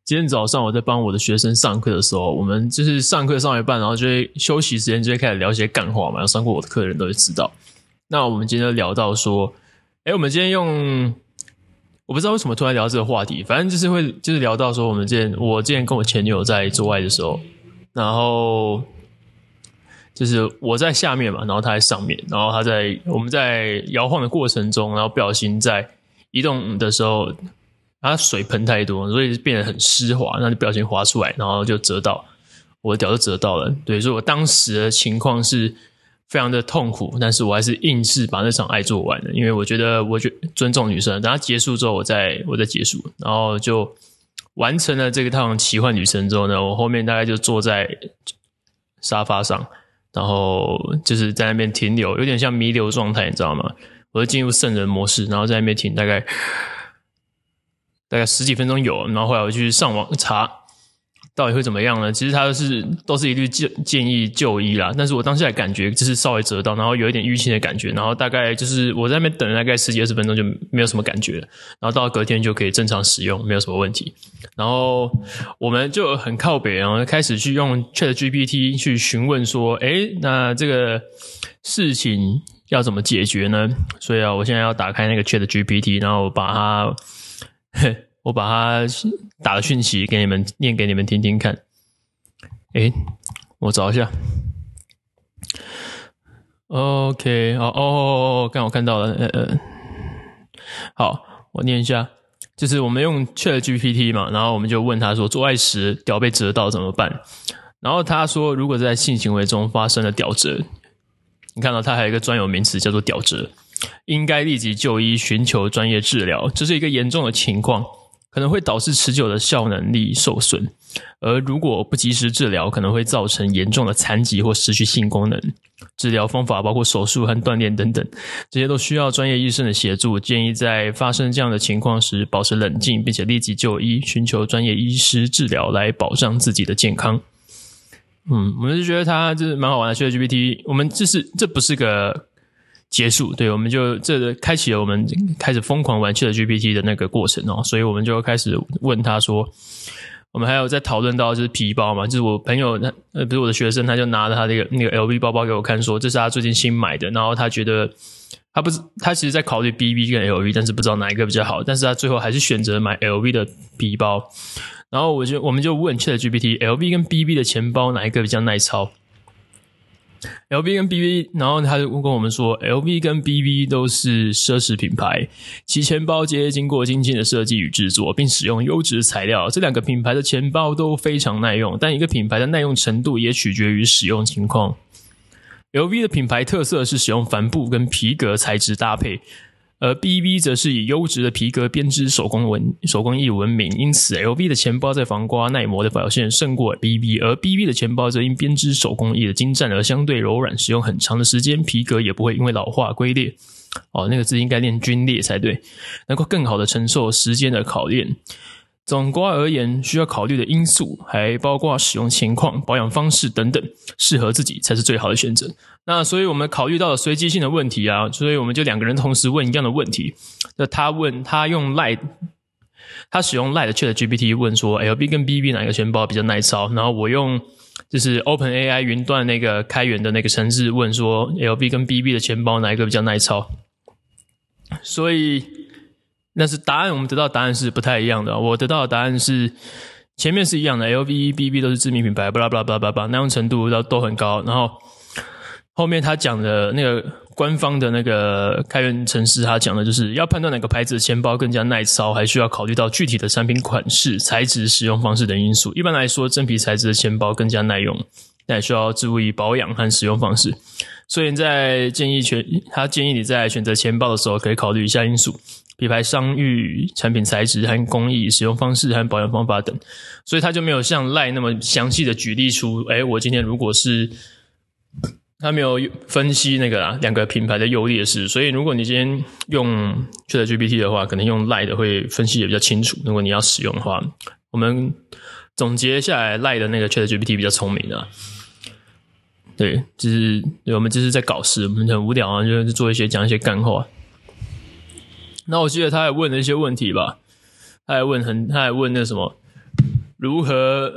今天早上我在帮我的学生上课的时候，我们就是上课上一半，然后就会休息时间就会开始聊一些干话嘛，有上过我的课的人都会知道。那我们今天就聊到说，我们今天我不知道为什么突然聊这个话题，反正就是聊到说我之前跟我前女友在做爱的时候，然后就是我在下面嘛，然后她在上面，然后我们在摇晃的过程中，然后不小心在移动的时候，它水喷太多，所以变得很湿滑，那就不小心滑出来，然后就折到我的屌就折到了。对，所以我当时的情况是非常的痛苦，但是我还是硬是把那场爱做完了，因为我觉得尊重女生，等它结束之后我再结束，然后就完成了这个趟奇幻旅程之后呢，我后面大概就坐在沙发上，然后就是在那边停留，有点像弥留状态，你知道吗？我就进入圣人模式，然后在那边停大概10几分钟有，然后后来我去上网查到底会怎么样呢？其实它都是一律建议就医啦，但是我当下的感觉就是稍微折到，然后有一点淤青的感觉，然后大概就是我在那边等了大概10几20分钟就没有什么感觉了，然后到隔天就可以正常使用，没有什么问题。然后我们就很靠北，然后开始去用 ChatGPT 去询问说，那这个事情要怎么解决呢？所以我现在要打开那个 ChatGPT， 然后我把它打了讯息给你们念给你们听听看。我找一下。OK， 刚我看到了。好，我念一下。就是我们用 ChatGPT 嘛，然后我们就问他说，做爱时屌被折到怎么办？然后他说，如果在性行为中发生了屌折，你看到他还有一个专有名词叫做屌折，应该立即就医，寻求专业治疗。这是一个严重的情况，可能会导致持久的效能力受损，而如果不及时治疗，可能会造成严重的残疾或失去性功能。治疗方法包括手术和锻炼等等，这些都需要专业医生的协助。建议在发生这样的情况时保持冷静，并且立即就医，寻求专业医师治疗来保障自己的健康。我们就觉得它就是蛮好玩的 ChatGPT， 我们这不是个结束，对，我们就开启了我们开始疯狂玩 ChatGPT 的那个过程所以我们就开始问他说，我们还有在讨论到就是皮包嘛，就是我朋友不是我的学生，他就拿了他那个 LV 包包给我看，说这是他最近新买的，然后他觉得他其实在考虑 BB 跟 LV， 但是不知道哪一个比较好，但是他最后还是选择买 LV 的皮包。然后我们就问 ChatGPT LV 跟 BB 的钱包哪一个比较耐操？LV 跟 BB， 然后他就跟我们说 LV 跟 BB 都是奢侈品牌，其钱包皆经过精心的设计与制作，并使用优质材料。这两个品牌的钱包都非常耐用，但一个品牌的耐用程度也取决于使用情况。LV 的品牌特色是使用帆布跟皮革材质搭配，而 BB 则是以优质的皮革编织手工艺闻名，因此 LV 的钱包在防刮耐磨的表现胜过 BB， 而 BB 的钱包则因编织手工艺的精湛而相对柔软，使用很长的时间，皮革也不会因为老化龟裂。那个字应该念皲裂才对，能够更好的承受时间的考验。总括而言，需要考虑的因素还包括使用情况、保养方式等等，适合自己才是最好的选择。那所以我们考虑到了随机性的问题所以我们就两个人同时问一样的问题。他用 Line， 他使用 Line 的 ChatGPT 问说 LV 跟 BB 哪个钱包比较耐操，然后我用就是 OpenAI 云端那个开源的那个程式问说 LV 跟 BB 的钱包哪一个比较耐操。所以但是我们得到的答案是不太一样的。我得到的答案是前面是一样的 LV、BB 都是知名品牌，巴拉巴拉巴拉巴拉，耐用程度都很高。然后后面他讲的那个官方的那个开源程式，他讲的就是要判断哪个牌子的钱包更加耐操，还需要考虑到具体的产品款式、材质、使用方式等因素。一般来说，真皮材质的钱包更加耐用，但也需要注意保养和使用方式。所以他建议你在选择钱包的时候可以考虑以下因素：品牌商誉、产品材质和工艺、使用方式和保养方法等。所以他就没有像 LINE 那么详细的举例出我今天如果是他没有分析那个两个品牌的优劣势。所以如果你今天用 ChatGPT 的话，可能用 LINE 的会分析也比较清楚。如果你要使用的话，我们总结下来 LINE 的那个 ChatGPT 比较聪明对，我们就是在搞事，我们很无聊就是讲一些干话。那我记得他还问了一些问题吧，他还问那什么， 如何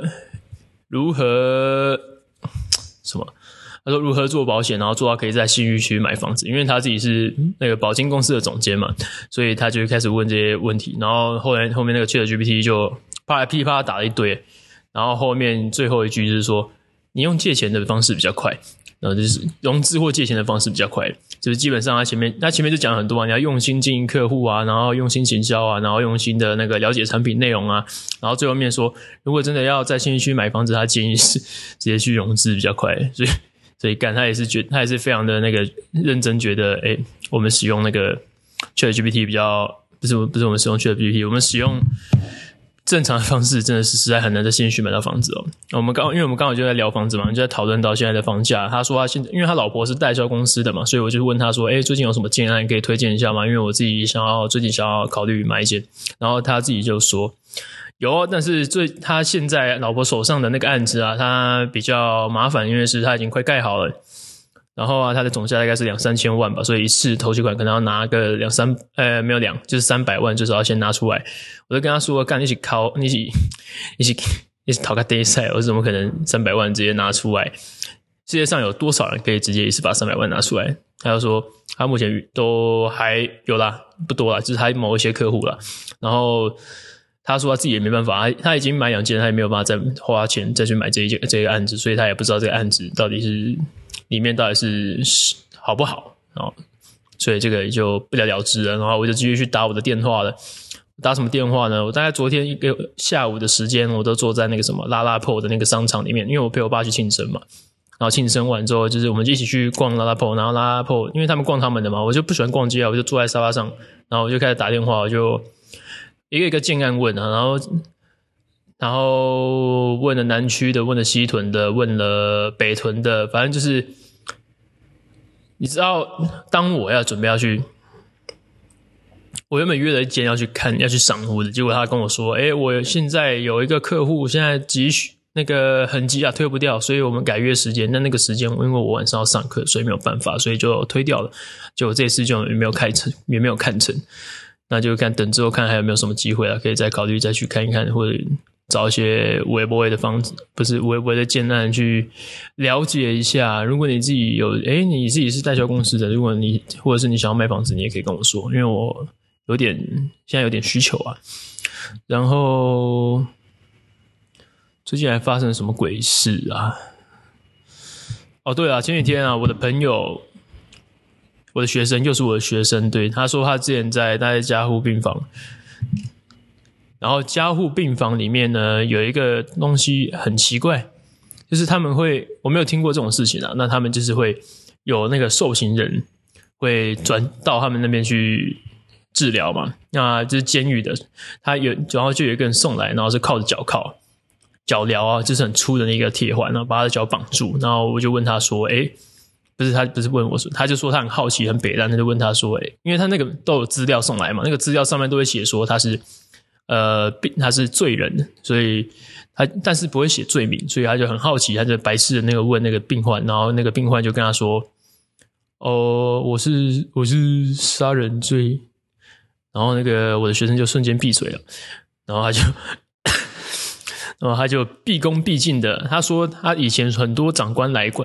什么？他说如何做保险，然后做到可以在信义区买房子，因为他自己是那个保金公司的总监嘛，所以他就开始问这些问题。然后后面那个 ChatGPT 就噼里啪啦打了一堆，然后后面最后一句就是说，你用借钱的方式比较快，然后就是融资或借钱的方式比较快，就是基本上他前面就讲了很多啊，你要用心经营客户啊，然后用心行销啊，然后用心的那个了解产品内容啊，然后最后面说，如果真的要在信义区买房子，他建议是直接去融资比较快，所以他也是非常的那个认真，觉得我们使用那个 ChatGPT 比较不是我们使用 ChatGPT， 我们使用正常的方式真的是实在很难在信义区买到房子哦。因为我们刚好就在聊房子嘛，就在讨论到现在的房价。他说因为他老婆是代销公司的嘛，所以我就问他说，最近有什么建案可以推荐一下吗？因为我自己最近想要考虑买一间。然后他自己就说有，但是他现在老婆手上的那个案子啊，他比较麻烦，因为是他已经快盖好了。然后啊，他的总价大概是2-3千万吧，所以一次头期款可能要拿个就是300万，就是要先拿出来。我就跟他说，干一起讨个 day 赛，我怎么可能300万直接拿出来？世界上有多少人可以直接一次把300万拿出来？他就说，他目前都还有啦，不多啦，就是他某一些客户啦。然后他说他自己也没办法，他已经买2间，他也没有办法再花钱再去买这个案子，所以他也不知道这个案子里面到底是好不好，所以这个也就不了了之了。然后我就继续去打我的电话了。打什么电话呢？我大概昨天一个下午的时间，我都坐在那个什么拉拉铺的那个商场里面，因为我陪我爸去庆生嘛。然后庆生完之后，就是我们就一起去逛拉拉铺，然后拉拉铺因为他们逛他们的嘛，我就不喜欢逛街啊，我就坐在沙发上，然后我就开始打电话，我就一个一个建案问啊，然后问了南区的，问了西屯的，问了北屯的，反正就是你知道，当我要准备要去，我原本约了一间要去赏屋的，结果他跟我说，我现在有一个客户现在很急啊，推不掉，所以我们改约时间。那个时间因为我晚上要上课，所以没有办法，所以就推掉了。结果这次就也没有看成。那就等之后看还有没有什么机会啊，可以再考虑再去看一看，或者找一些微博的房子，不是微博的建案去了解一下。如果你自己你自己是代销公司的，如果你或者是你想要买房子，你也可以跟我说，因为我现在有点需求啊。然后最近还发生了什么鬼事啊？对啊，前几天啊，我的朋友。我的学生又是我的学生，对，他说他之前待在加护病房，然后加护病房里面呢有一个东西很奇怪，就是我没有听过这种事情啊，那他们就是会有那个受刑人会转到他们那边去治疗嘛，那就是监狱的，然后就有一个人送来，然后是靠着脚镣啊，就是很粗的那个铁环，然后把他的脚绑住，然后我就问他说，他不是问我说，他就说他很好奇很北烂，他就问他说，因为他那个都有资料送来嘛，那个资料上面都会写说他是罪人，所以但是不会写罪名，所以他就很好奇，他就白痴的那个问那个病患，然后那个病患就跟他说，我是杀人罪，然后那个我的学生就瞬间闭嘴了，然后他就毕恭毕敬的，他说他以前很多长官来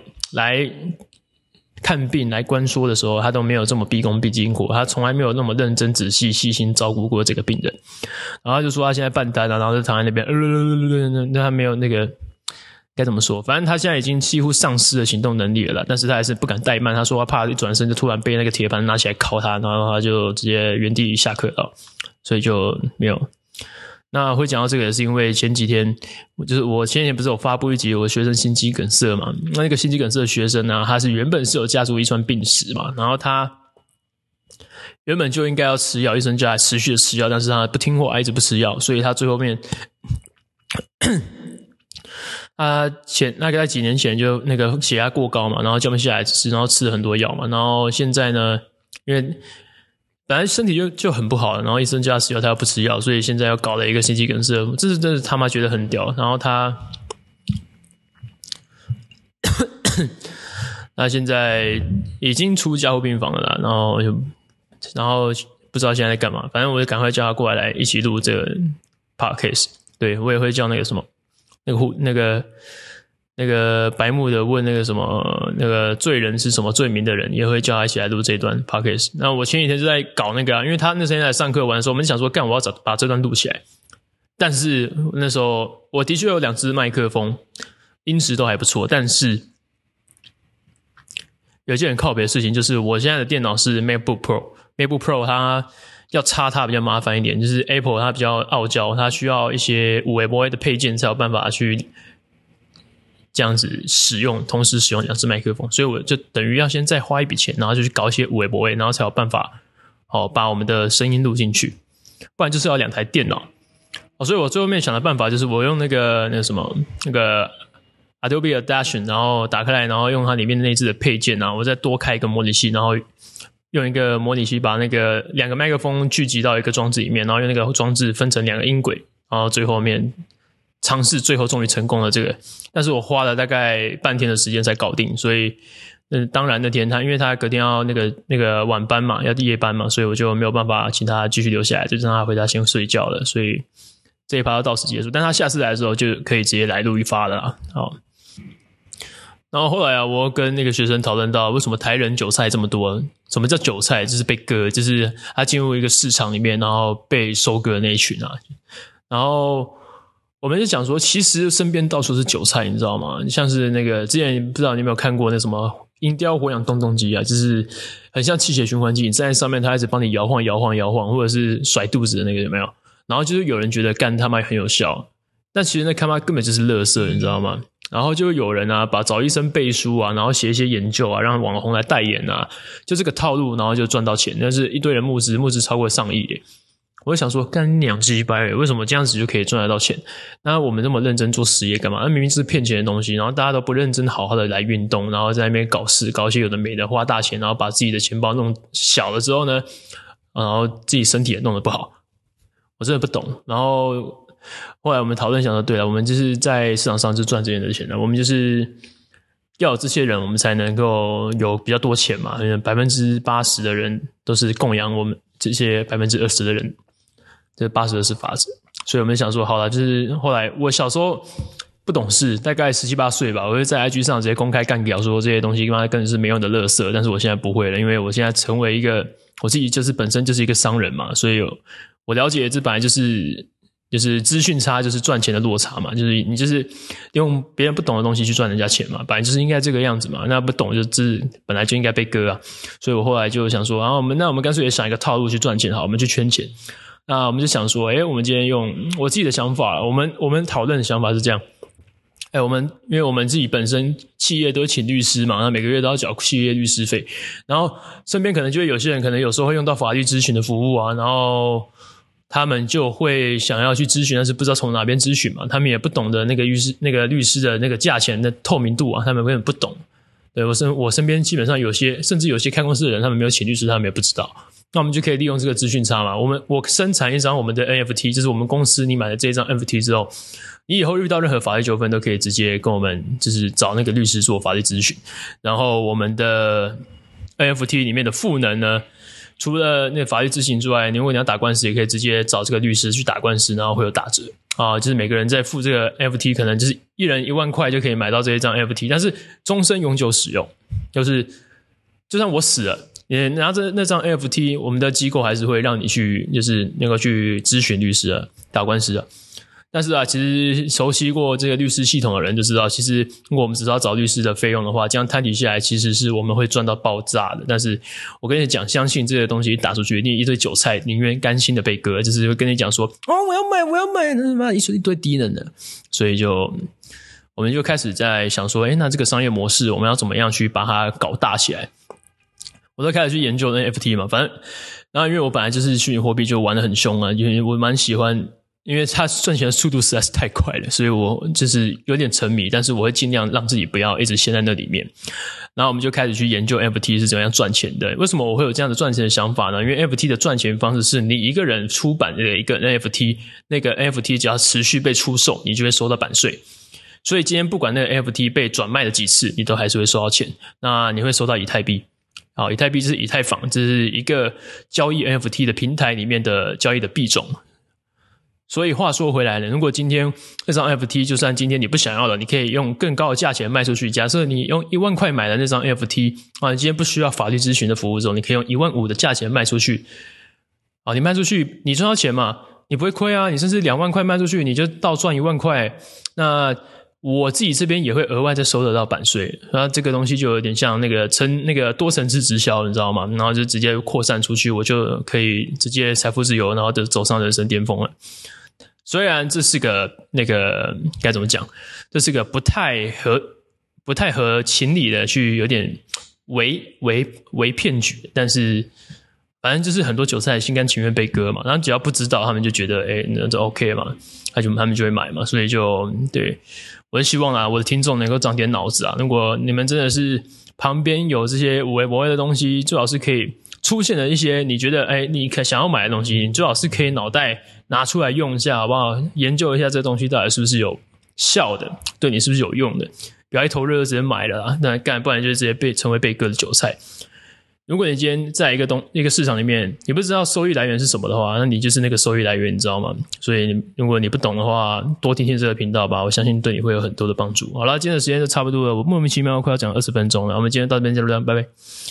看病来关说的时候，他都没有这么毕恭毕敬过，他从来没有那么认真仔细细心照顾过这个病人。然后他就说他现在办单啊，然后就躺在那边那他没有那个该怎么说，反正他现在已经几乎丧失了行动能力了啦，但是他还是不敢怠慢，他说他怕一转身就突然被那个铁盘拿起来敲他，然后他就直接原地下课了，所以就没有。那会讲到这个是因为前几天我前几天不是有发布一集我学生心肌梗塞嘛，那个心肌梗塞的学生呢，他是原本是有家族遗传病史嘛，然后他原本就应该要吃药，医生叫他持续的吃药，但是他不听话，一直不吃药，所以他最后面他大概在几年前就那个血压过高嘛，然后降不下来吃，然后吃了很多药嘛，然后现在呢，因为本来身体就很不好了，然后医生叫他吃药，他又不吃药，所以现在又搞了一个心肌梗塞，这是真的他妈觉得很屌。然后他现在已经出加护病房了啦，然后不知道现在在干嘛，反正我就赶快叫他过来一起录这个 podcast。 对，我也会叫那个什么那个白目的问那个什么那个罪人是什么罪名的人，也会叫他一起来录这段 podcast。那我前几天就在搞那个因为他那时间来上课玩的时候，我们就想说干我要把这段录起来。但是那时候我的确有2支麦克风，音质都还不错，但是有一件很靠北的事情，就是我现在的电脑是 MacBook Pro 它要插它比较麻烦一点，就是 Apple 它比较傲娇，它需要一些有的没的的配件才有办法去这样子同时使用2支麦克风，所以我就等于要先再花一笔钱，然后就去搞一些有的没的，然后才有办法把我们的声音录进去，不然就是要2台电脑。所以我最后面想的办法就是我用那个 Adobe Audition， 然后打开来，然后用它里面内置的配件我再多开一个模拟器，然后用一个模拟器把那个2个麦克风聚集到一个装置里面，然后用那个装置分成2个音轨，然后最后面尝试，最后终于成功了这个。但是我花了大概半天的时间才搞定，所以当然那天因为他隔天要那个晚班嘛，要夜班嘛，所以我就没有办法请他继续留下来，就让他回家先睡觉了，所以这一趴到此结束。但他下次来的时候就可以直接来录一发了啦。好，然后后来我跟那个学生讨论到为什么台人韭菜这么多。什么叫韭菜？就是被割，就是他进入一个市场里面，然后被收割的那一群然后我们就讲说，其实身边到处是韭菜，你知道吗？像是那个之前不知道你有没有看过那什么鹰雕活氧动动机就是很像气血循环机，你站在上面它一直帮你摇晃，或者是甩肚子的那个有没有？然后就是有人觉得干他妈很有效，但其实那他妈根本就是垃圾，你知道吗？然后就有人把找医生背书然后写一些研究让网红来代言就这个套路，然后就赚到钱，那是一堆人募资超过上亿耶。我就想说干两鸡掰，为什么这样子就可以赚得到钱？那我们这么认真做实业干嘛？那明明就是骗钱的东西，然后大家都不认真好好的来运动，然后在那边搞事，搞一些有的没的，花大钱，然后把自己的钱包弄小了之后呢，然后自己身体也弄得不好，我真的不懂。然后后来我们讨论想说，对了，我们就是在市场上就赚这些的钱了，我们就是要有这些人，我们才能够有比较多钱嘛。因为 80% 的人都是供养我们这些 20% 的人，这80-20法则。所以我们想说，好了，就是后来我小时候不懂事，大概17、18岁吧，我会在 IG 上直接公开干掉说这些东西根本是没用的垃圾。但是我现在不会了，因为我现在成为一个我自己就是本身就是一个商人嘛，所以我了解这本来就是资讯差，就是赚钱的落差嘛，就是你就是用别人不懂的东西去赚人家钱嘛，本来就是应该这个样子嘛，那不懂就是本来就应该被割啊。所以我后来就想说，然后我们干脆也想一个套路去赚钱，好，我们去圈钱。那我们就想说，我们今天用我自己的想法，我们讨论的想法是这样，因为我们自己本身企业都请律师嘛，那每个月都要缴企业律师费，然后身边可能就会有些人可能有时候会用到法律咨询的服务然后他们就会想要去咨询，但是不知道从哪边咨询嘛，他们也不懂得那个律师的那个价钱的透明度他们根本不懂。对，我身边基本上甚至有些开公司的人，他们没有请律师，他们也不知道。那我们就可以利用这个资讯差嘛，我生产一张我们的 NFT， 就是我们公司你买的这一张 NFT 之后，你以后遇到任何法律纠纷都可以直接跟我们就是找那个律师做法律咨询。然后我们的 NFT 里面的赋能呢，除了那个法律咨询之外，如果你要打官司，也可以直接找这个律师去打官司，然后会有打折就是每个人在付这个 NFT， 可能就是一人1万块就可以买到这一张 NFT， 但是终身永久使用，就算我死了，你拿着那张 NFT， 我们的机构还是会让你去就是能够去咨询律师打官司但是其实熟悉过这个律师系统的人就知道，其实如果我们只是要找律师的费用的话，这样摊底下来其实是我们会赚到爆炸的。但是我跟你讲，相信这个东西打出去，一堆韭菜宁愿甘心的被割，就是会跟你讲说我要买他妈一堆低能的。所以我们就开始在想说那这个商业模式我们要怎么样去把它搞大起来。我都开始去研究 NFT 嘛，反正然后因为我本来就是虚拟货币就玩得很凶因为我蛮喜欢，因为它赚钱的速度实在是太快了，所以我就是有点沉迷，但是我会尽量让自己不要一直陷在那里面。然后我们就开始去研究 NFT 是怎么样赚钱的。为什么我会有这样的赚钱的想法呢？因为 NFT 的赚钱方式是你一个人出版的一个 NFT， 那个 NFT 只要持续被出售，你就会收到版税。所以今天不管那个 NFT 被转卖了几次，你都还是会收到钱。那你会收到以太币。以太币就是以太坊，这是一个交易 NFT 的平台里面的交易的币种。 所以话说回来呢，如果今天那张 NFT 就算今天你不想要了，你可以用更高的价钱卖出去。假设你用1万块买的那张 NFT 啊，你今天不需要法律咨询的服务之后，你可以用15000的价钱卖出去。啊，你卖出去，你赚到钱嘛，你不会亏啊，你甚至2万块卖出去，你就倒赚1万块。那我自己这边也会额外再收得到版税，然后这个东西就有点像那个多层次直销，你知道吗？然后就直接扩散出去，我就可以直接财富自由，然后就走上人生巅峰了。虽然这是个该怎么讲，这是个不太合情理的，去有点为骗局，但是反正就是很多韭菜心甘情愿被割嘛，然后只要不知道，他们就觉得那就 OK 嘛，他们就会买嘛，所以就对，我是希望我的听众能够长点脑子啊，如果你们真的是旁边有这些无谓的东西，最好是可以出现的一些你觉得你想要买的东西，你最好是可以脑袋拿出来用一下，好不好？研究一下这东西到底是不是有效的，对你是不是有用的，不要一头热直接买了啊，不然就直接成为被割的韭菜。如果你今天在一个市场里面，你不知道收益来源是什么的话，那你就是那个收益来源，你知道吗？所以如果你不懂的话，多听听这个频道吧，我相信对你会有很多的帮助。好了，今天的时间就差不多了，我莫名其妙快要讲20分钟了，我们今天到这边就这样，拜拜。